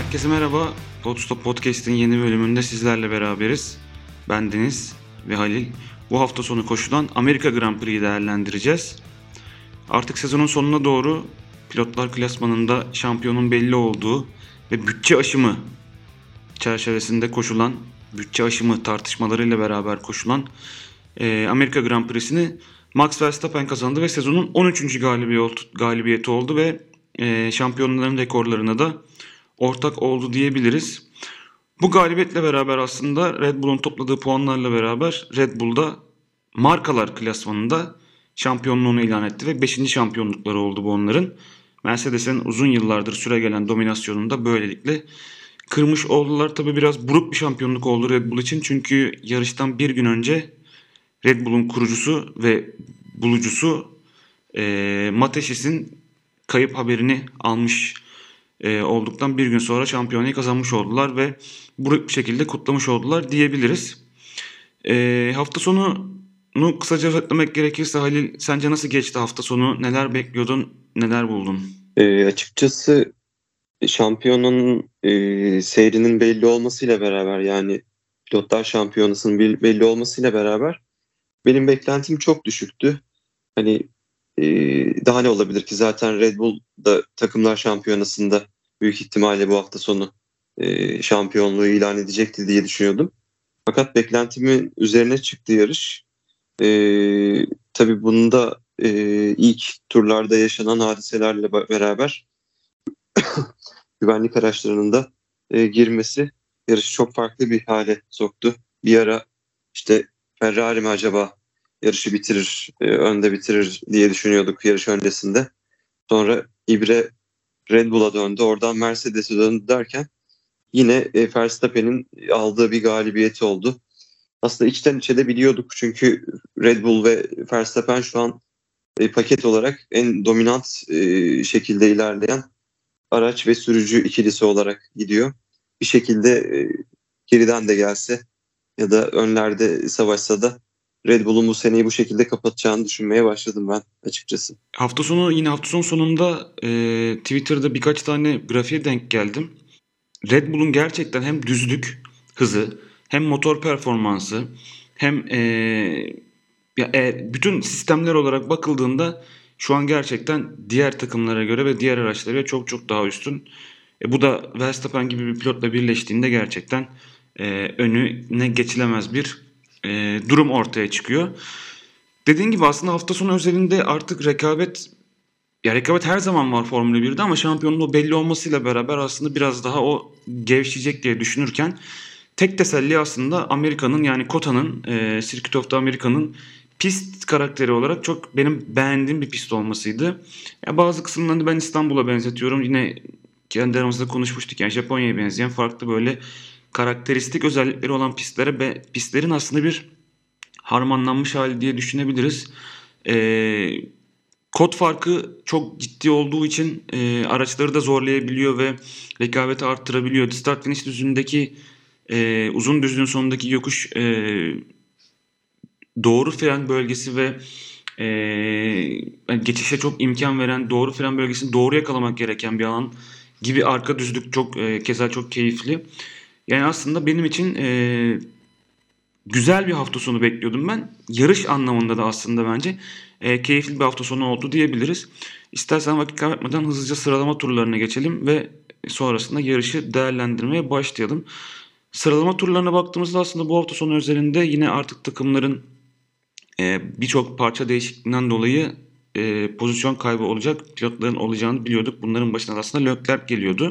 Herkese merhaba. Podstop Podcast'in yeni bölümünde sizlerle beraberiz. Ben Deniz ve Halil. Bu hafta sonu koşulan Amerika Grand Prix'yi değerlendireceğiz. Artık sezonun sonuna doğru pilotlar klasmanında şampiyonun belli olduğu ve bütçe aşımı çerçevesinde koşulan, bütçe aşımı tartışmalarıyla beraber koşulan Amerika Grand Prix'sini Max Verstappen kazandı ve sezonun 13. galibiyeti oldu ve şampiyonların rekorlarına da ortak oldu diyebiliriz. Bu galibiyetle beraber aslında Red Bull'un topladığı puanlarla beraber Red Bull'da markalar klasmanında şampiyonluğunu ilan etti ve 5. şampiyonlukları oldu bu onların. Mercedes'in uzun yıllardır süregelen dominasyonunu da böylelikle kırmış oldular. Tabi biraz buruk bir şampiyonluk oldu Red Bull için, çünkü yarıştan bir gün önce Red Bull'un kurucusu ve bulucusu Matthäus'in kayıp haberini almış olduktan bir gün sonra şampiyonayı kazanmış oldular ve buruk bir şekilde kutlamış oldular diyebiliriz. Hafta sonunu kısaca özetlemek gerekirse Halil, sence nasıl geçti hafta sonu? Neler bekliyordun? Neler buldun? Açıkçası şampiyonun seyrinin belli olmasıyla beraber, yani pilotlar şampiyonasının belli olmasıyla beraber benim beklentim çok düşüktü. Hani daha ne olabilir ki, zaten Red Bull da takımlar şampiyonasında büyük ihtimalle bu hafta sonu şampiyonluğu ilan edecekti diye düşünüyordum. Fakat beklentimin üzerine çıktı yarış. Tabii bunun da ilk turlarda yaşanan hadiselerle beraber güvenlik araçlarının da girmesi yarışı çok farklı bir hale soktu. Bir ara işte Ferrari mi acaba yarışı bitirir, önde bitirir diye düşünüyorduk yarış öncesinde. Sonra İbre Red Bull'a döndü, oradan Mercedes'e döndü derken yine Verstappen'in aldığı bir galibiyeti oldu. Aslında içten içe de biliyorduk, çünkü Red Bull ve Verstappen şu an paket olarak en dominant şekilde ilerleyen araç ve sürücü ikilisi olarak gidiyor. Bir şekilde geriden de gelse ya da önlerde savaşsa da Red Bull'un bu seneyi bu şekilde kapatacağını düşünmeye başladım ben açıkçası. Hafta sonu sonunda Twitter'da birkaç tane grafiğe denk geldim. Red Bull'un gerçekten hem düzlük hızı, hem motor performansı, hem bütün sistemler olarak bakıldığında şu an gerçekten diğer takımlara göre ve diğer araçlara göre çok çok daha üstün. Bu da Verstappen gibi bir pilotla birleştiğinde gerçekten önüne geçilemez bir durum ortaya çıkıyor. Dediğin gibi aslında hafta sonu özelinde artık rekabet her zaman var Formula 1'de, ama şampiyonluğu belli olmasıyla beraber aslında biraz daha o gevşeyecek diye düşünürken tek teselli aslında Amerika'nın, yani COTA'nın, Circuit of the America'nın pist karakteri olarak çok benim beğendiğim bir pist olmasıydı. Bazı kısımlarını ben İstanbul'a benzetiyorum. Yine kendi aramızda konuşmuştuk. Yani Japonya'ya benzeyen farklı böyle karakteristik özellikleri olan pistlerin aslında bir harmanlanmış hali diye düşünebiliriz. Kod farkı çok ciddi olduğu için araçları da zorlayabiliyor ve rekabeti arttırabiliyor. Start finish düzlüğündeki uzun düzlüğün sonundaki yokuş, doğru fren bölgesi ve geçişe çok imkan veren doğru fren bölgesini doğru yakalamak gereken bir alan gibi, arka düzlük çok keza çok keyifli. Yani aslında benim için güzel bir hafta sonu bekliyordum ben. Yarış anlamında da aslında bence keyifli bir hafta sonu oldu diyebiliriz. İstersen vakit kaybetmeden hızlıca sıralama turlarına geçelim ve sonrasında yarışı değerlendirmeye başlayalım. Sıralama turlarına baktığımızda aslında bu hafta sonu üzerinde yine artık takımların birçok parça değişikliğinden dolayı pozisyon kaybı olacak, pilotların olacağını biliyorduk. Bunların başına aslında Leclerc geliyordu.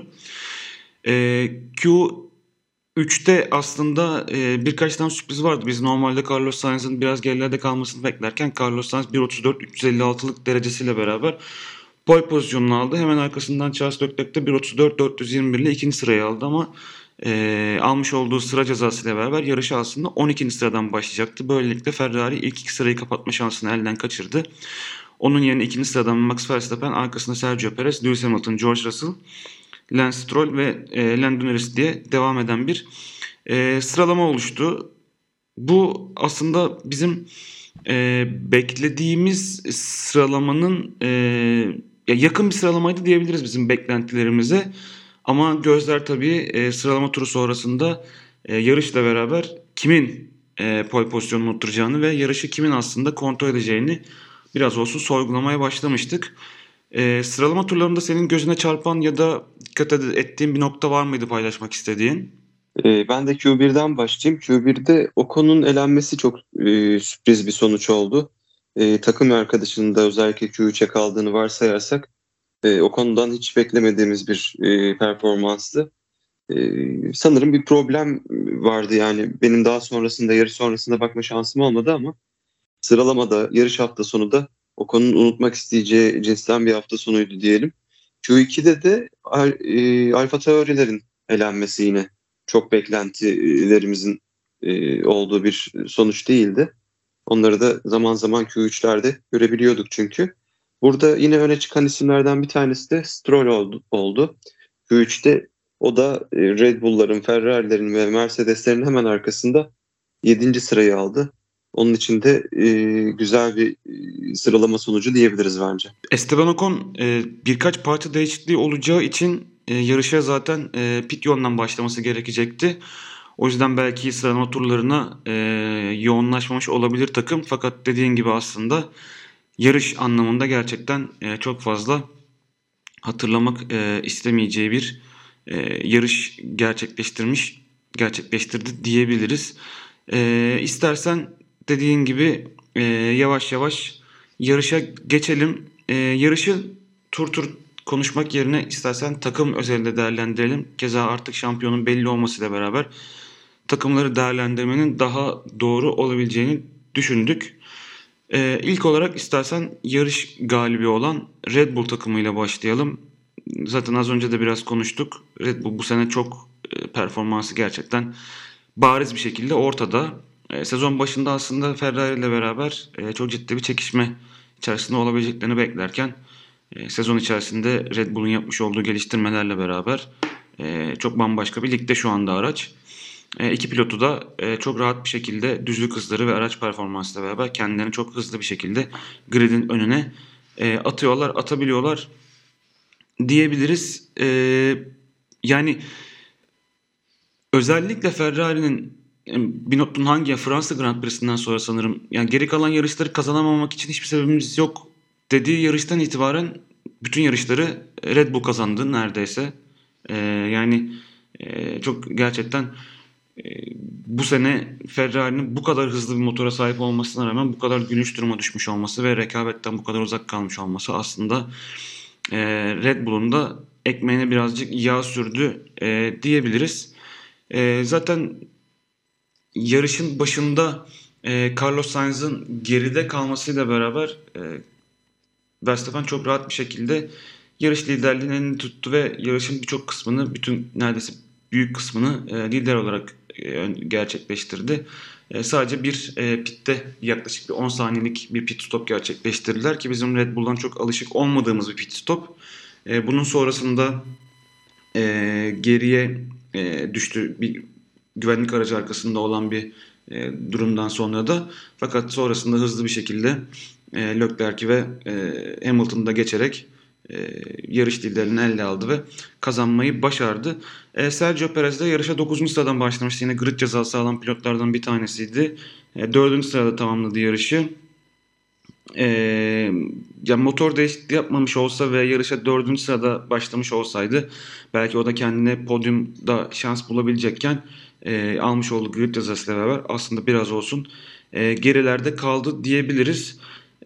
Q3'te aslında birkaç tane sürpriz vardı. Biz normalde Carlos Sainz'ın biraz gerilerde kalmasını beklerken Carlos Sainz 1.34 356'lık derecesiyle beraber pole pozisyonunu aldı. Hemen arkasından Charles Leclerc de 1.34 421 ile ikinci sırayı aldı, ama almış olduğu sıra cezasıyla beraber yarışı aslında 12. sıradan başlayacaktı. Böylelikle Ferrari ilk iki sırayı kapatma şansını elden kaçırdı. Onun yerine ikinci sıradan Max Verstappen, arkasında Sergio Perez, Lewis Hamilton, George Russell, Lance Stroll ve Lando Norris diye devam eden bir sıralama oluştu. Bu aslında bizim beklediğimiz sıralamanın yakın bir sıralamaydı diyebiliriz bizim beklentilerimize. Ama gözler tabii sıralama turu sonrasında yarışla beraber kimin pole pozisyonunu oturacağını ve yarışı kimin aslında kontrol edeceğini biraz olsun sorgulamaya başlamıştık. Sıralama turlarında senin gözüne çarpan ya da dikkat ettiğin bir nokta var mıydı paylaşmak istediğin? Ben de Q1'den başlayayım. Q1'de Ocon'un elenmesi çok sürpriz bir sonuç oldu. Takım arkadaşının da özellikle Q3'e kaldığını varsayarsak Ocon'dan hiç beklemediğimiz bir performanstı. Sanırım bir problem vardı yani. Benim daha sonrasında, yarış sonrasında bakma şansım olmadı ama sıralamada, yarış hafta sonu da Ocon'un unutmak isteyeceği cinsten bir hafta sonuydu diyelim. Q2'de de Alfa Tauri'lerin elenmesi yine çok beklentilerimizin olduğu bir sonuç değildi. Onları da zaman zaman Q3'lerde görebiliyorduk çünkü. Burada yine öne çıkan isimlerden bir tanesi de Stroll oldu. Q3'te o da Red Bull'ların, Ferrari'lerin ve Mercedes'lerin hemen arkasında 7. sırayı aldı. Onun için de güzel bir sıralama sonucu diyebiliriz bence. Esteban Ocon birkaç parça değişikliği olacağı için yarışa zaten pit yolundan başlaması gerekecekti. O yüzden belki sıralama turlarına yoğunlaşmamış olabilir takım. Fakat dediğin gibi aslında yarış anlamında gerçekten çok fazla hatırlamak istemeyeceği bir yarış gerçekleştirdi diyebiliriz. İstersen dediğin gibi yavaş yavaş yarışa geçelim. Yarışı tur tur konuşmak yerine istersen takım özelinde değerlendirelim. Keza artık şampiyonun belli olmasıyla beraber takımları değerlendirmenin daha doğru olabileceğini düşündük. İlk olarak istersen yarış galibi olan Red Bull takımıyla başlayalım. Zaten az önce de biraz konuştuk. Red Bull bu sene çok performansı gerçekten bariz bir şekilde ortada. Sezon başında aslında Ferrari ile beraber çok ciddi bir çekişme içerisinde olabileceklerini beklerken sezon içerisinde Red Bull'un yapmış olduğu geliştirmelerle beraber çok bambaşka bir ligde şu anda araç. İki pilotu da çok rahat bir şekilde düzlük hızları ve araç performansıyla beraber kendilerini çok hızlı bir şekilde gridin önüne atabiliyorlar diyebiliriz. Yani özellikle Ferrari'nin Binotto'nun Fransa Grand Prix'sinden sonra sanırım yani geri kalan yarışları kazanamamak için hiçbir sebebimiz yok dediği yarıştan itibaren bütün yarışları Red Bull kazandı neredeyse. Yani çok gerçekten bu sene Ferrari'nin bu kadar hızlı bir motora sahip olmasına rağmen bu kadar gülünç duruma düşmüş olması ve rekabetten bu kadar uzak kalmış olması aslında Red Bull'un da ekmeğine birazcık yağ sürdü diyebiliriz. Zaten yarışın başında Carlos Sainz'ın geride kalmasıyla beraber Verstappen çok rahat bir şekilde yarış liderliğinin elini tuttu ve yarışın birçok kısmını, bütün neredeyse büyük kısmını lider olarak gerçekleştirdi. Sadece bir pitte yaklaşık bir 10 saniyelik bir pit stop gerçekleştirdiler ki bizim Red Bull'dan çok alışık olmadığımız bir pit stop. Bunun sonrasında geriye düştü bir güvenlik aracı arkasında olan bir durumdan sonra da, fakat sonrasında hızlı bir şekilde Leclerc'i ve Hamilton'ı da geçerek yarış liderini elde aldı ve kazanmayı başardı. Sergio Perez de yarışa 9. sıradan başlamıştı. Yine grid cezası alan pilotlardan bir tanesiydi. 4. sırada tamamladı yarışı. Yani motor değişikliği yapmamış olsa ve yarışa 4. sırada başlamış olsaydı belki o da kendine podyumda şans bulabilecekken almış olduğu grid cezasıyla beraber aslında biraz olsun gerilerde kaldı diyebiliriz.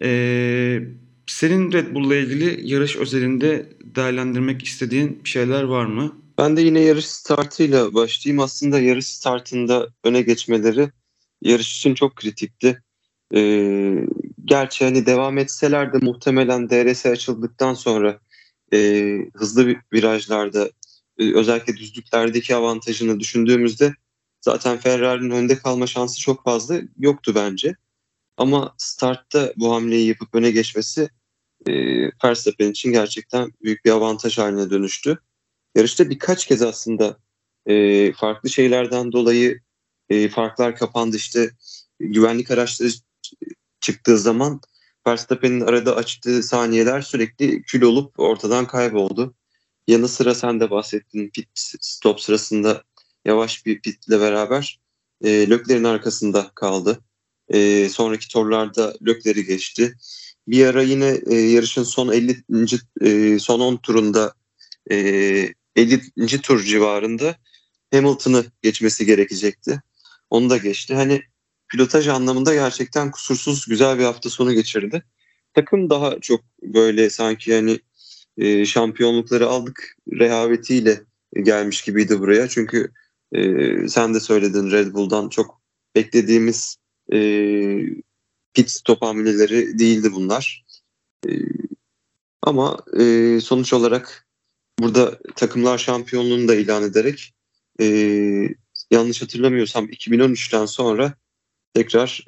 Senin Red Bull'la ilgili yarış özelinde değerlendirmek istediğin bir şeyler var mı? Ben de yine yarış startıyla başlayayım. Aslında yarış startında öne geçmeleri yarış için çok kritikti. Gerçi hani devam etseler de muhtemelen DRS açıldıktan sonra hızlı virajlarda özellikle düzlüklerdeki avantajını düşündüğümüzde zaten Ferrari'nin önde kalma şansı çok fazla yoktu bence. Ama startta bu hamleyi yapıp öne geçmesi Verstappen için gerçekten büyük bir avantaj haline dönüştü. Yarışta birkaç kez aslında farklı şeylerden dolayı farklar kapandı. İşte güvenlik araçları çıktığı zaman Verstappen'in arada açtığı saniyeler sürekli kül olup ortadan kayboldu. yanı sıra sen de bahsettin, pit stop sırasında yavaş bir pitle beraber Leclerc'in arkasında kaldı. Sonraki turlarda Leclerc'i geçti. Bir ara yine yarışın son 50. Son 10 turunda, 50. tur civarında Hamilton'ı geçmesi gerekecekti. Onu da geçti. Hani pilotaj anlamında gerçekten kusursuz güzel bir hafta sonu geçirdi. Takım daha çok böyle sanki hani şampiyonlukları aldık rehavetiyle gelmiş gibiydi buraya. Çünkü sen de söyledin, Red Bull'dan çok beklediğimiz e, pit stop hamleleri değildi bunlar. E, Ama sonuç olarak burada takımlar şampiyonluğunu da ilan ederek, e, yanlış hatırlamıyorsam 2013'ten sonra tekrar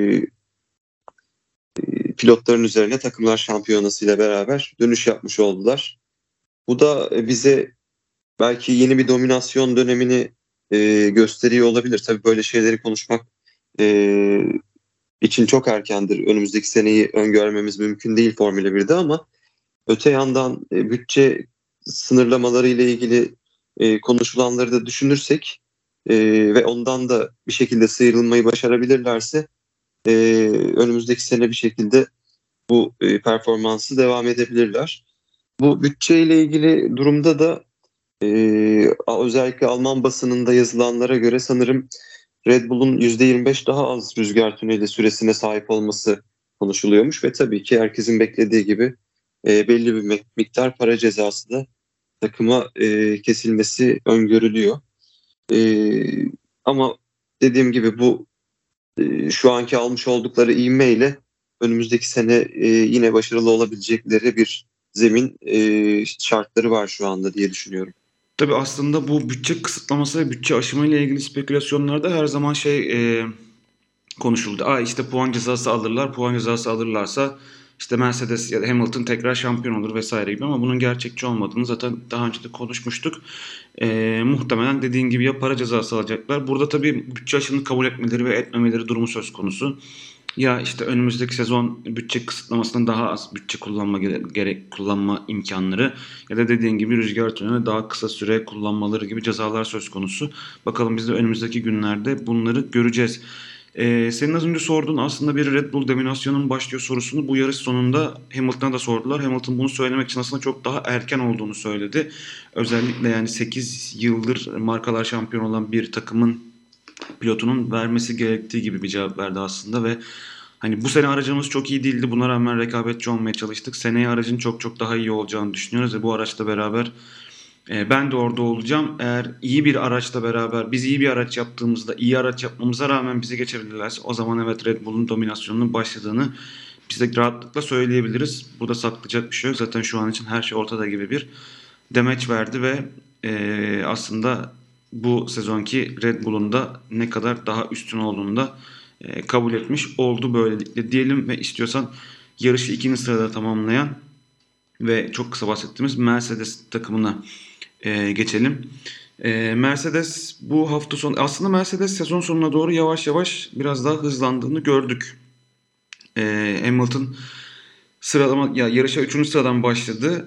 pilotların üzerine takımlar şampiyonası ile beraber dönüş yapmış oldular. Bu da bize belki yeni bir dominasyon dönemini gösteriyor olabilir. Tabii böyle şeyleri konuşmak e, için çok erkendir. Önümüzdeki seneyi öngörmemiz mümkün değil Formula 1'de, ama öte yandan bütçe sınırlamaları ile ilgili konuşulanları da düşünürsek ve ondan da bir şekilde sıyrılmayı başarabilirlerse e, önümüzdeki sene bir şekilde bu performansı devam edebilirler. Bu bütçeyle ilgili durumda da özellikle Alman basınında yazılanlara göre sanırım Red Bull'un %25 daha az rüzgar tüneli süresine sahip olması konuşuluyormuş ve tabii ki herkesin beklediği gibi belli bir miktar para cezası da takıma kesilmesi öngörülüyor. E, Ama dediğim gibi bu şu anki almış oldukları ivmeyle önümüzdeki sene yine başarılı olabilecekleri bir zemin şartları var şu anda diye düşünüyorum. Tabii aslında bu bütçe kısıtlaması ve bütçe aşımı ile ilgili spekülasyonlarda her zaman konuşuldu. İşte puan cezası alırlar. Puan cezası alırlarsa işte Mercedes ya da Hamilton tekrar şampiyon olur vesaire gibi, ama bunun gerçekçi olmadığını zaten daha önce de konuşmuştuk. Muhtemelen dediğin gibi ya para cezası alacaklar. Burada tabii bütçe aşımını kabul etmeleri ve etmemeleri durumu söz konusu. Ya işte önümüzdeki sezon bütçe kısıtlamasından daha az bütçe kullanma imkanları, ya da dediğin gibi rüzgar tüneli daha kısa süre kullanmaları gibi cezalar söz konusu. Bakalım biz de önümüzdeki günlerde bunları göreceğiz. Senin az önce sorduğun aslında bir Red Bull dominasyonun başlıyor sorusunu bu yarış sonunda Hamilton'a da sordular. Hamilton bunu söylemek için aslında çok daha erken olduğunu söyledi. Özellikle yani 8 yıldır markalar şampiyon olan bir takımın pilotunun vermesi gerektiği gibi bir cevap verdi aslında ve hani bu sene aracımız çok iyi değildi. Buna rağmen rekabetçi olmaya çalıştık. Seneye aracın çok çok daha iyi olacağını düşünüyoruz ve bu araçla beraber ben de orada olacağım. Eğer iyi bir araçla beraber biz iyi bir araç yaptığımızda, iyi araç yapmamıza rağmen bizi geçebilirlerse, o zaman evet Red Bull'un dominasyonunun başladığını biz de rahatlıkla söyleyebiliriz. Burada saklayacak bir şey yok. Zaten şu an için her şey ortada gibi bir demeç verdi ve aslında bu sezonki Red Bull'un da ne kadar daha üstün olduğunu da kabul etmiş oldu böylelikle diyelim ve istiyorsan yarışı ikinci sırada tamamlayan ve çok kısa bahsettiğimiz Mercedes takımına geçelim. Mercedes bu hafta sonu aslında Mercedes sezon sonuna doğru yavaş yavaş biraz daha hızlandığını gördük. Hamilton yarışa 3. sıradan başladı.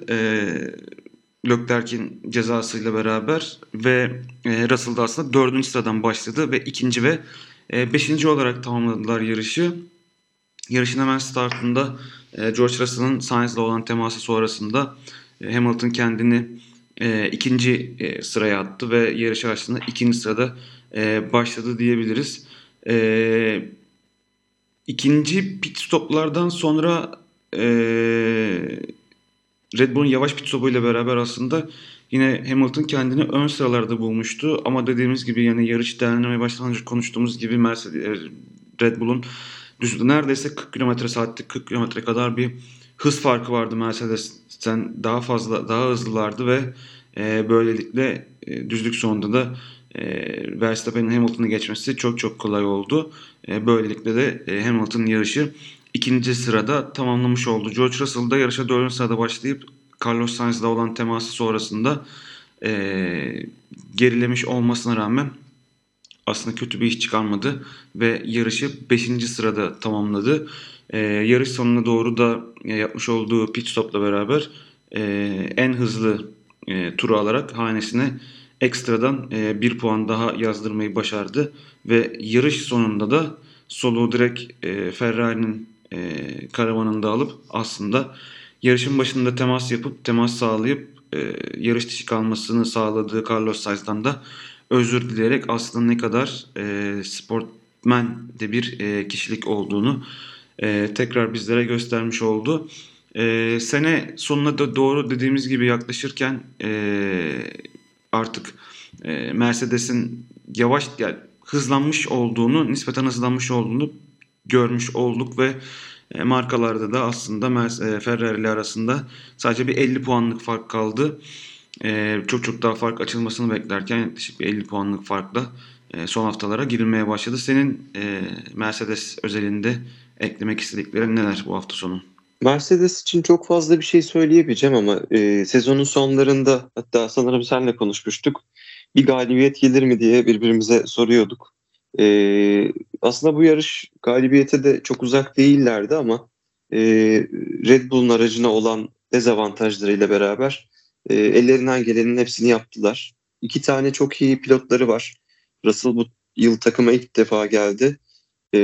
Leclerc'in cezasıyla beraber ve Russell da aslında 4. sıradan başladı ve 2. ve 5. olarak tamamladılar yarışı. Yarışın hemen startında George Russell'ın Sainz'la olan teması sonrasında Hamilton kendini ikinci sıraya attı ve yarış aslında 2. sırada başladı diyebiliriz. İkinci pit stoplardan sonra Red Bull'un yavaş pit stopuyla beraber aslında yine Hamilton kendini ön sıralarda bulmuştu. Ama dediğimiz gibi yani yarış değerlendirmeye başlamadan önce konuştuğumuz gibi Red Bull'un neredeyse 40 km saatte 40 km kadar bir hız farkı vardı Mercedes'ten daha hızlılardı ve böylelikle düzlük sonunda da Verstappen'in Hamilton'ı geçmesi çok çok kolay oldu. Böylelikle de Hamilton yarışı ikinci sırada tamamlamış oldu. George Russell da yarışa 4. sırada başlayıp Carlos Sainz'la olan teması sonrasında gerilemiş olmasına rağmen aslında kötü bir iş çıkarmadı ve yarışı 5. sırada tamamladı. Yarış sonuna doğru da yapmış olduğu pit stopla beraber en hızlı turu alarak hanesine ekstradan 1 puan daha yazdırmayı başardı ve yarış sonunda da soluğu direkt Ferrari'nin karavanında alıp aslında yarışın başında temas sağlayıp yarış dışı kalmasını sağladığı Carlos Sainz'dan da özür dileyerek aslında ne kadar sportmen de bir kişilik olduğunu tekrar bizlere göstermiş oldu. Sene sonuna da doğru dediğimiz gibi yaklaşırken artık Mercedes'in yani nispeten hızlanmış olduğunu görmüş olduk ve markalarda da aslında Ferrari ile arasında sadece bir 50 puanlık fark kaldı. Çok daha fark açılmasını beklerken yaklaşık bir 50 puanlık farkla son haftalara girilmeye başladı. Senin Mercedes özelinde eklemek istediklerin neler bu hafta sonu? Mercedes için çok fazla bir şey söyleyemeyeceğim ama sezonun sonlarında, hatta sanırım seninle konuşmuştuk. Bir galibiyet gelir mi diye birbirimize soruyorduk. Aslında bu yarış galibiyete de çok uzak değillerdi ama e, Red Bull'un aracına olan dezavantajlarıyla beraber ellerinden gelenin hepsini yaptılar. İki tane çok iyi pilotları var. Russell bu yıl takıma ilk defa geldi. E,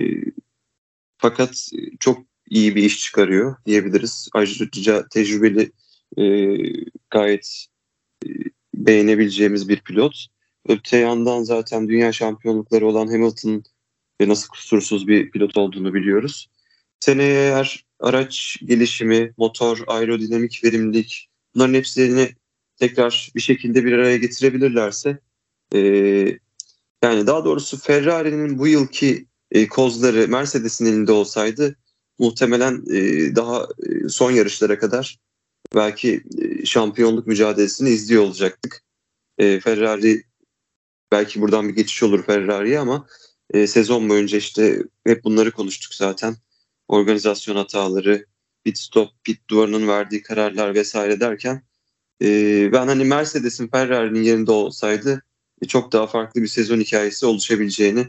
Fakat çok iyi bir iş çıkarıyor diyebiliriz. Ayrıca tecrübeli, e, gayet e, beğenebileceğimiz bir pilot. Öte yandan zaten dünya şampiyonlukları olan Hamilton ve nasıl kusursuz bir pilot olduğunu biliyoruz. Seneye eğer araç gelişimi, motor, aerodinamik verimlilik, bunların hepsini tekrar bir şekilde bir araya getirebilirlerse, e, yani daha doğrusu Ferrari'nin bu yılki kozları Mercedes'in elinde olsaydı muhtemelen daha son yarışlara kadar belki şampiyonluk mücadelesini izliyor olacaktık. Ferrari, belki buradan bir geçiş olur Ferrari'ye ama sezon boyunca işte hep bunları konuştuk zaten. Organizasyon hataları, pit stop, pit duvarının verdiği kararlar vesaire derken ben hani Mercedes'in Ferrari'nin yerinde olsaydı çok daha farklı bir sezon hikayesi oluşabileceğini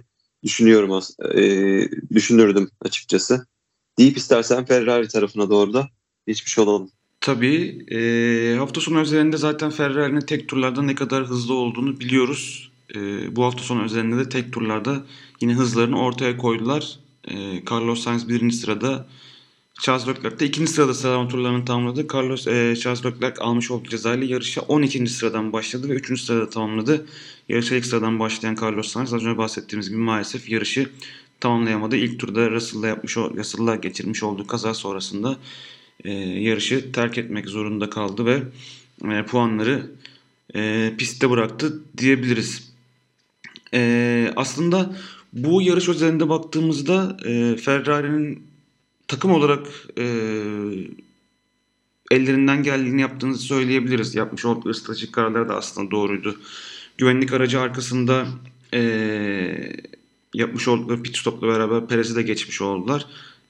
düşünürdüm açıkçası. Deyip istersen Ferrari tarafına doğru da geçmiş olalım. Tabii hafta sonu özelinde zaten Ferrari'nin tek turlarda ne kadar hızlı olduğunu biliyoruz. Bu hafta sonu özelinde de tek turlarda yine hızlarını ortaya koydular. Carlos Sainz birinci sırada, Charles Leclerc de ikinci sırada sıralama turlarını tamamladı. Charles Leclerc almış olduğu cezayla yarışa 12. sıradan başladı ve 3. sırada tamamladı. Yarışa ilk sıradan başlayan Carlos Sainz az önce bahsettiğimiz gibi maalesef yarışı tamamlayamadı. İlk turda Russell'la geçirmiş olduğu kaza sonrasında yarışı terk etmek zorunda kaldı ve puanları pistte bıraktı diyebiliriz. Aslında bu yarış özelinde baktığımızda Ferrari'nin takım olarak ellerinden geldiğini yaptığını söyleyebiliriz. Yapmış oldukları stratejik kararlar da aslında doğruydu. Güvenlik aracı arkasında yapmış oldukları pit stopla beraber Perez'i de geçmiş oldular.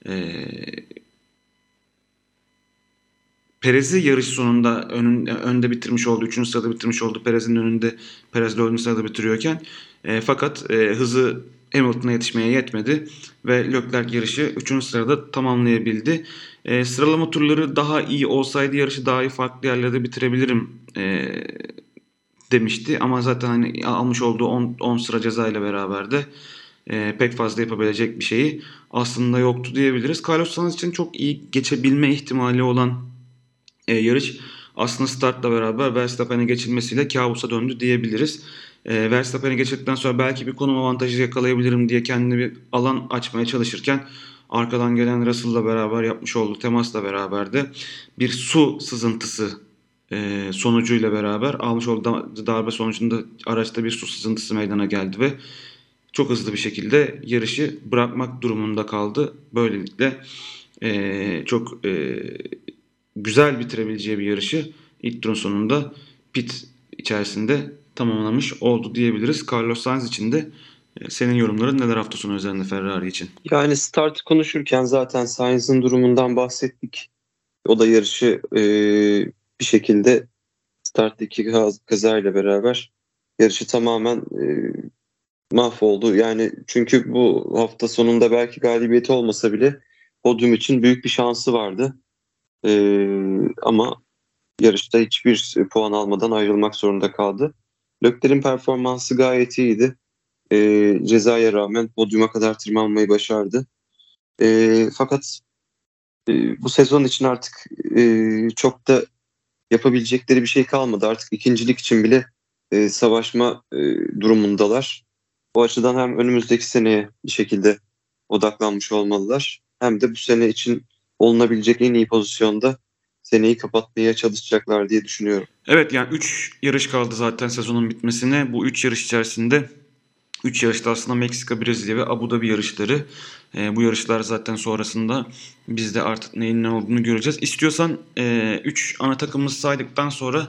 Perez'i yarış sonunda önde bitirmiş oldu. 3. sırada bitirmiş oldu. Perez'in önünde. Perez 4. sırada bitiriyorken. Fakat hızı Hamilton'a yetişmeye yetmedi. Ve Leclerc yarışı 3. sırada tamamlayabildi. Sıralama turları daha iyi olsaydı yarışı daha iyi farklı yerlerde bitirebilirim demişti. Ama zaten hani almış olduğu 10 sıra ceza ile beraber de pek fazla yapabilecek bir şeyi aslında yoktu diyebiliriz. Carlos Sainz için çok iyi geçebilme ihtimali olan yarış aslında startla beraber Verstappen'e geçilmesiyle kabusa döndü diyebiliriz. Verstappen'e geçildikten sonra belki bir konum avantajı yakalayabilirim diye kendine bir alan açmaya çalışırken arkadan gelen Russell'la beraber yapmış olduğu temasla beraber de bir su sızıntısı sonucuyla beraber almış olduğu darbe sonucunda araçta bir su sızıntısı meydana geldi ve çok hızlı bir şekilde yarışı bırakmak durumunda kaldı. Böylelikle çok güzel bitirebileceği bir yarışı ilk turun sonunda pit içerisinde tamamlamış oldu diyebiliriz. Carlos Sainz için de senin yorumların neler hafta sonu üzerinde Ferrari için? Yani start konuşurken zaten Sainz'ın durumundan bahsettik. O da yarışı bir şekilde starttaki kazayla beraber yarışı tamamen mahvoldu. Yani çünkü bu hafta sonunda belki galibiyeti olmasa bile podyum için büyük bir şansı vardı. Ama yarışta hiçbir puan almadan ayrılmak zorunda kaldı. Leclerc'in performansı gayet iyiydi. Cezaya rağmen podyuma kadar tırmanmayı başardı. Fakat bu sezon için artık çok da yapabilecekleri bir şey kalmadı. Artık ikincilik için bile savaşma durumundalar. Bu açıdan hem önümüzdeki seneye bir şekilde odaklanmış olmalılar. Hem de bu sene için olunabilecek en iyi pozisyonda seneyi kapatmaya çalışacaklar diye düşünüyorum. Evet, yani 3 yarış kaldı zaten sezonun bitmesine. Bu 3 yarış içerisinde 3 yarışta aslında Meksika, Brezilya ve Abu Dhabi yarışları. Bu yarışlar zaten sonrasında biz de artık neyin ne olduğunu göreceğiz. İstiyorsan 3 ana takımımızı saydıktan sonra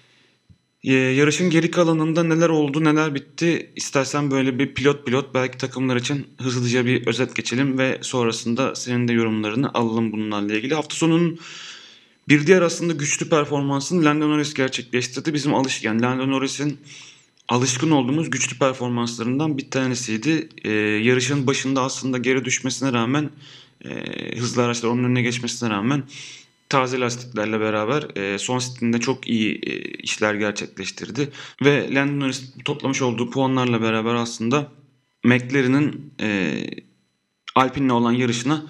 yarışın geri kalanında neler oldu, neler bitti, İstersen böyle bir pilot belki takımlar için hızlıca bir özet geçelim ve sonrasında senin de yorumlarını alalım bunlarla ilgili. Hafta sonunun bir diğer aslında güçlü performansını Lando Norris gerçekleştirdi. Bizim yani Lando Norris'in alışkın olduğumuz güçlü performanslarından bir tanesiydi. Yarışın başında aslında geri düşmesine rağmen, hızlı araçlar onun önüne geçmesine rağmen taze lastiklerle beraber son stintinde çok iyi işler gerçekleştirdi. Ve Lando Norris toplamış olduğu puanlarla beraber aslında McLaren'in Alpine'le olan yarışına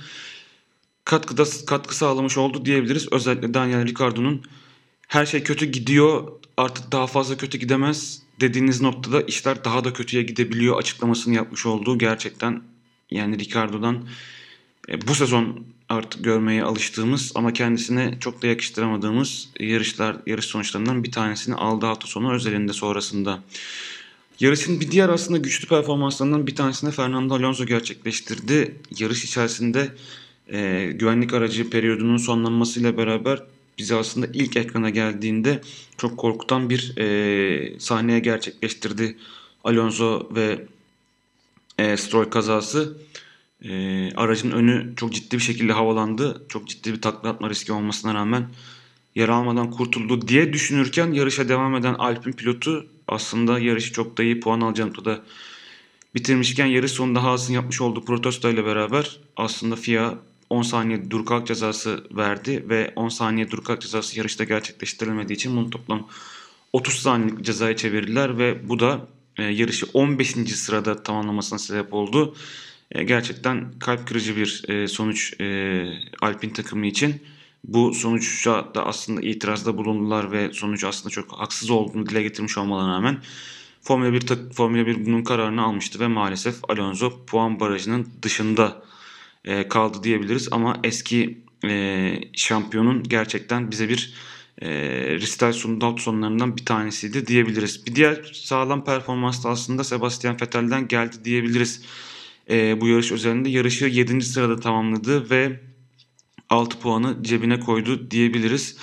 katkı sağlamış oldu diyebiliriz. Özellikle Daniel Ricciardo'nun her şey kötü gidiyor, artık daha fazla kötü gidemez dediğiniz noktada işler daha da kötüye gidebiliyor açıklamasını yapmış olduğu gerçekten, yani Ricciardo'dan bu sezon artık görmeye alıştığımız ama kendisine çok da yakıştıramadığımız yarış sonuçlarından bir tanesini aldı hafta sonu özelinde sonrasında. Yarışın bir diğer aslında güçlü performanslarından bir tanesini Fernando Alonso gerçekleştirdi. Yarış içerisinde güvenlik aracı periyodunun sonlanmasıyla beraber bize aslında ilk ekrana geldiğinde çok korkutan bir sahneye gerçekleştirdi Alonso ve Stroll kazası. Aracın önü çok ciddi bir şekilde havalandı. Çok ciddi bir takla atma riski olmasına rağmen yer almadan kurtuldu diye düşünürken yarışa devam eden Alpine pilotu aslında yarışı çok da iyi puan alacağını noktada bitirmişken yarış sonunda Haas'ın yapmış olduğu protesto ile beraber aslında FIA 10 saniye dur kalk cezası verdi ve 10 saniye dur kalk cezası yarışta gerçekleştirilmediği için bunu toplam 30 saniyelik cezaya çevirdiler ve bu da yarışı 15. sırada tamamlamasına sebep oldu. Gerçekten kalp kırıcı bir sonuç Alpine takımı için. Bu sonuca da aslında itirazda bulundular ve sonucu aslında çok haksız olduğunu dile getirmiş olmalarına rağmen Formula 1 bunun kararını almıştı ve maalesef Alonso puan barajının dışında kaldı diyebiliriz. Ama eski şampiyonun gerçekten bize bir restart sunduğu hafta sonlarından bir tanesiydi diyebiliriz. Bir diğer sağlam performans da aslında Sebastian Vettel'den geldi diyebiliriz. Bu yarış özelinde yarışı 7. sırada tamamladı ve 6 puanı cebine koydu diyebiliriz.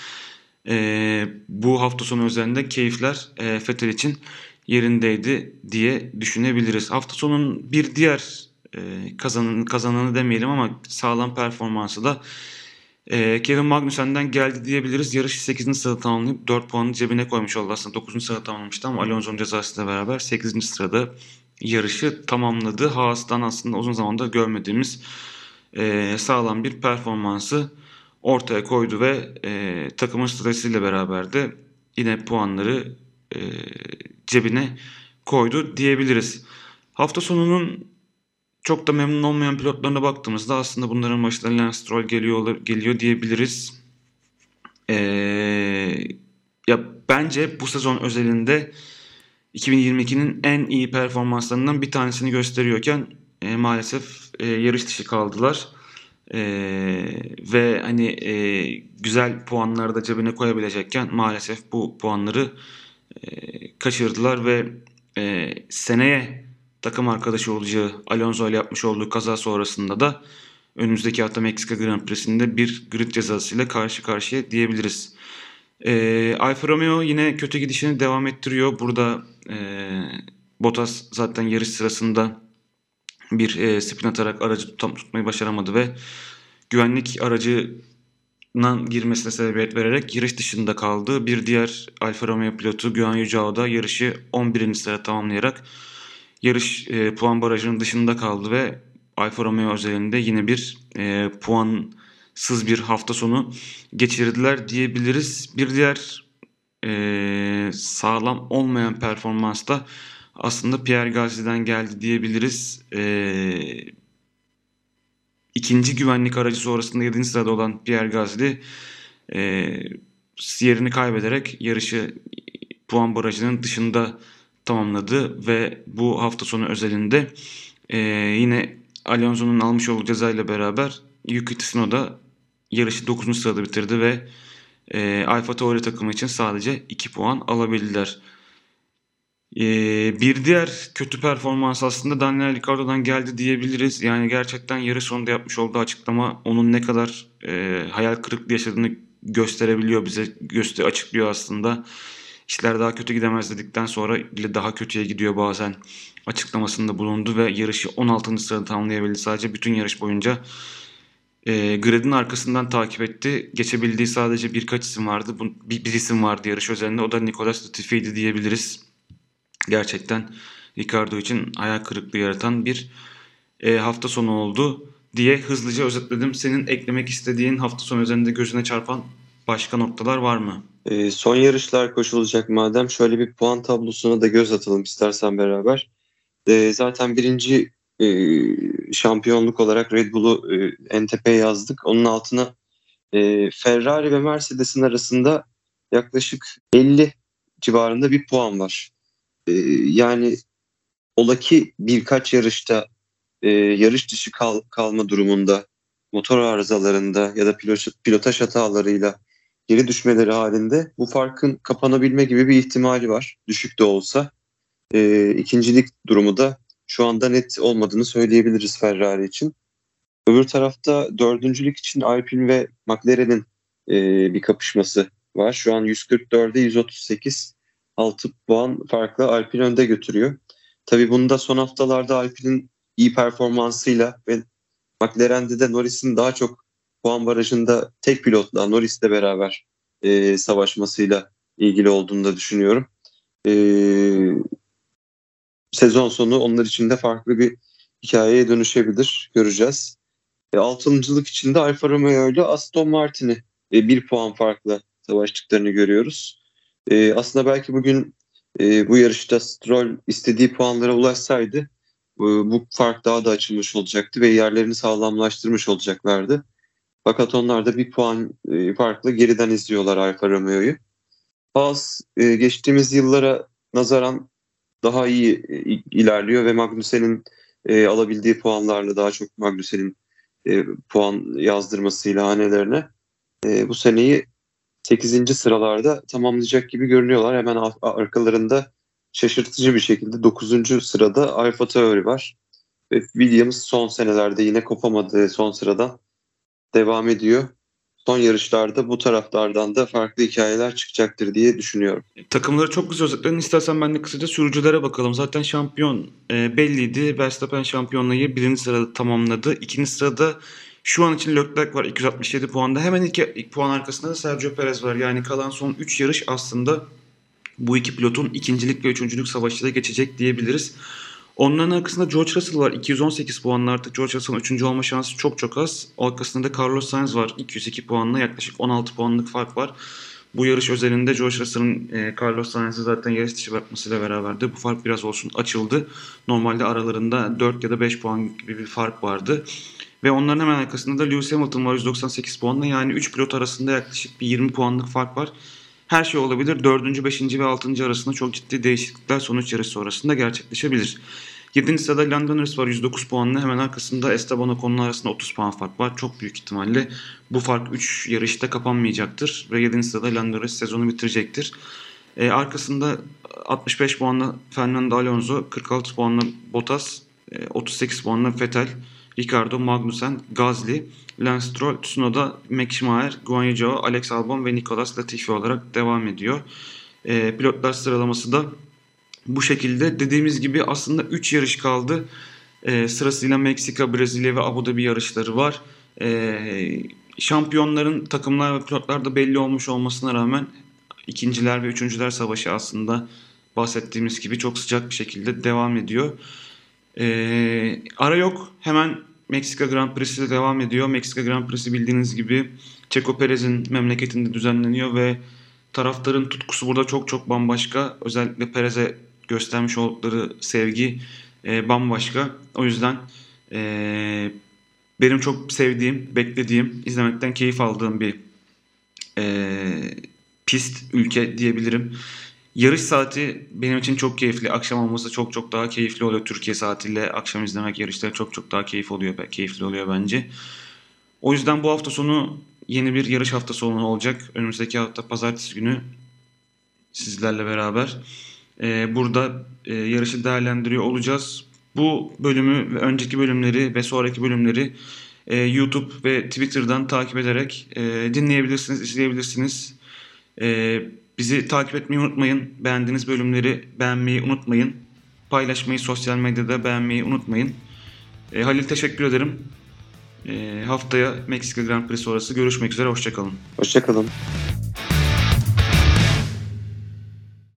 Bu hafta sonu özelinde keyifler Vettel için yerindeydi diye düşünebiliriz. Hafta sonunun bir diğer kazananı demeyelim ama sağlam performansı da Kevin Magnussen'den geldi diyebiliriz. Yarışı 8. sırada tamamlayıp 4 puanı cebine koymuş oldu. Aslında 9. sırada tamamlamıştı ama Alonso'nun cezasıyla beraber 8. sırada yarışı tamamladı. Haas'tan aslında uzun zamandır görmediğimiz sağlam bir performansı ortaya koydu ve takımın stratejisiyle beraber de yine puanları cebine koydu diyebiliriz. Hafta sonunun çok da memnun olmayan pilotlarına baktığımızda aslında bunların başında Lance Stroll geliyor diyebiliriz. Ya bence bu sezon özelinde 2022'nin en iyi performanslarından bir tanesini gösteriyorken maalesef yarış dışı kaldılar. Ve hani güzel puanları da cebine koyabilecekken maalesef bu puanları kaçırdılar ve seneye takım arkadaşı olacağı Alonso ile yapmış olduğu kaza sonrasında da önümüzdeki hafta Meksika Grand Prix'sinde bir grid cezasıyla karşı karşıya diyebiliriz. Alfa Romeo yine kötü gidişini devam ettiriyor. Burada Bottas zaten yarış sırasında bir spin atarak aracı tutmayı başaramadı ve güvenlik aracına girmesine sebebiyet vererek yarış dışında kaldı. Bir diğer Alfa Romeo pilotu Guan Yu Zhao da yarışı 11. sırada tamamlayarak yarış puan barajının dışında kaldı ve Alfa Romeo özelinde yine bir puan sız bir hafta sonu geçirdiler diyebiliriz. Bir diğer sağlam olmayan performans da aslında Pierre Gasly'den geldi diyebiliriz. İkinci güvenlik aracı sonrasında 7. sırada olan Pierre Gasly yerini kaybederek yarışı puan barajının dışında tamamladı ve bu hafta sonu özelinde yine Alonso'nun almış olduğu cezayla beraber Yuki Tsunoda yarışı 9. sırada bitirdi ve AlphaTauri takımı için sadece 2 puan alabildiler. Bir diğer kötü performans aslında Daniel Ricciardo'dan geldi diyebiliriz. Yani gerçekten yarış sonunda yapmış olduğu açıklama onun ne kadar hayal kırıklığı yaşadığını gösterebiliyor bize, açıklıyor aslında. İşler daha kötü gidemez dedikten sonra bile daha kötüye gidiyor bazen açıklamasında bulundu ve yarışı 16. sırada tamamlayabildi. Sadece bütün yarış boyunca gridin arkasından takip etti. Geçebildiği sadece birkaç isim vardı. Bir isim vardı yarış özelinde. O da Nicolas Latifi'ydi diyebiliriz. Gerçekten Ricardo için hayal kırıklığı yaratan bir hafta sonu oldu diye hızlıca özetledim. Senin eklemek istediğin hafta sonu üzerinde gözüne çarpan başka noktalar var mı? Son yarışlar koşulacak madem şöyle bir puan tablosuna da göz atalım istersen beraber. Zaten birinci şampiyonluk olarak Red Bull'u en tepeye yazdık. Onun altına Ferrari ve Mercedes'in arasında yaklaşık 50 civarında bir puan var. Yani ola ki birkaç yarışta yarış dışı kalma durumunda, motor arızalarında ya da pilotaj hatalarıyla geri düşmeleri halinde bu farkın kapanabilme gibi bir ihtimali var. Düşük de olsa. İkincilik durumu da şu anda net olmadığını söyleyebiliriz Ferrari için. Öbür tarafta dördüncülük için Alpine ve McLaren'in bir kapışması var. Şu an 144'e 138, 6 puan farklı Alpine önde götürüyor. Tabii bunu da son haftalarda Alpine'in iyi performansıyla ve McLaren'de de Norris'in daha çok puan barajında tek pilotla Norris'le beraber savaşmasıyla ilgili olduğunu da düşünüyorum. Sezon sonu onlar için de farklı bir hikayeye dönüşebilir. Göreceğiz. Altıncılık için de Alfa Romeo ile Aston Martin'i bir puan farkla savaştıklarını görüyoruz. Aslında belki bugün bu yarışta Stroll istediği puanlara ulaşsaydı bu fark daha da açılmış olacaktı ve yerlerini sağlamlaştırmış olacaklardı. Fakat onlar da bir puan farklı geriden izliyorlar Alfa Romeo'yu. Haas geçtiğimiz yıllara nazaran daha iyi ilerliyor ve Magnussen'in alabildiği puanlarla daha çok Magnussen'in puan yazdırmasıyla hanelerine bu seneyi 8. sıralarda tamamlayacak gibi görünüyorlar. Hemen arkalarında şaşırtıcı bir şekilde 9. sırada AlphaTauri var. Ve Williams son senelerde yine kopamadığı son sıradan devam ediyor. Son yarışlarda bu taraflardan da farklı hikayeler çıkacaktır diye düşünüyorum. Takımları çok güzel özetledin. İstersen ben de kısaca sürücülere bakalım. Zaten şampiyon belliydi. Verstappen şampiyonluğu 1. sırada tamamladı. 2. sırada şu an için Leclerc var 267 puanda. Hemen ilk puan arkasında da Sergio Perez var. Yani kalan son 3 yarış aslında bu iki pilotun ikincilik ve üçüncülük savaşıyla geçecek diyebiliriz. Onların arkasında George Russell var 218 puanla, artık George Russell'ın 3. olma şansı çok az. Arkasında da Carlos Sainz var 202 puanla, yaklaşık 16 puanlık fark var. Bu yarış özelinde George Russell'ın Carlos Sainz'i zaten yarış dışı bırakmasıyla beraber de bu fark biraz olsun açıldı. Normalde aralarında 4 ya da 5 puan gibi bir fark vardı. Ve onların hemen arkasında da Lewis Hamilton var 198 puanla, yani 3 pilot arasında yaklaşık bir 20 puanlık fark var. Her şey olabilir. 4. 5. ve 6. arasında çok ciddi değişiklikler sonuç yarışı sonrasında gerçekleşebilir. 7. sırada Lando Norris var 109 puanla. Hemen arkasında Esteban Ocon'un arasında 30 puan fark var. Çok büyük ihtimalle bu fark 3 yarışta kapanmayacaktır. Ve 7. sırada Lando Norris sezonu bitirecektir. Arkasında 65 puanla Fernando Alonso, 46 puanla Bottas, 38 puanla Vettel, Ricardo, Magnussen, Gasly, Lance Stroll, Tsunoda, Mick Schumacher, Guan Yu Zhou, Alex Albon ve Nicolas Latifi olarak devam ediyor. Pilotlar sıralaması da bu şekilde. Dediğimiz gibi aslında 3 yarış kaldı. Sırasıyla Meksika, Brezilya ve Abu Dhabi yarışları var. Şampiyonların takımlar ve pilotlar da belli olmuş olmasına rağmen ikinciler ve üçüncüler savaşı aslında bahsettiğimiz gibi çok sıcak bir şekilde devam ediyor. Ara yok. Hemen Meksika Grand Prix'si devam ediyor. Meksika Grand Prix'si bildiğiniz gibi Checo Perez'in memleketinde düzenleniyor ve taraftarın tutkusu burada çok çok bambaşka. Özellikle Perez'e göstermiş oldukları sevgi bambaşka. O yüzden benim çok sevdiğim, beklediğim, izlemekten keyif aldığım bir pist, ülke diyebilirim. Yarış saati benim için çok keyifli. Akşam olması çok çok daha keyifli oluyor. Türkiye saatiyle akşam izlemek yarışları çok çok daha keyifli oluyor bence. O yüzden bu hafta sonu yeni bir yarış hafta sonu olacak. Önümüzdeki hafta pazartesi günü sizlerle beraber burada yarışı değerlendiriyor olacağız. Bu bölümü ve önceki bölümleri ve sonraki bölümleri YouTube ve Twitter'dan takip ederek dinleyebilirsiniz, izleyebilirsiniz. Bizi takip etmeyi unutmayın. Beğendiğiniz bölümleri beğenmeyi unutmayın. Paylaşmayı, sosyal medyada beğenmeyi unutmayın. Halil, teşekkür ederim. Haftaya Meksika Grand Prix sonrası görüşmek üzere. Hoşça kalın. Hoşça kalın.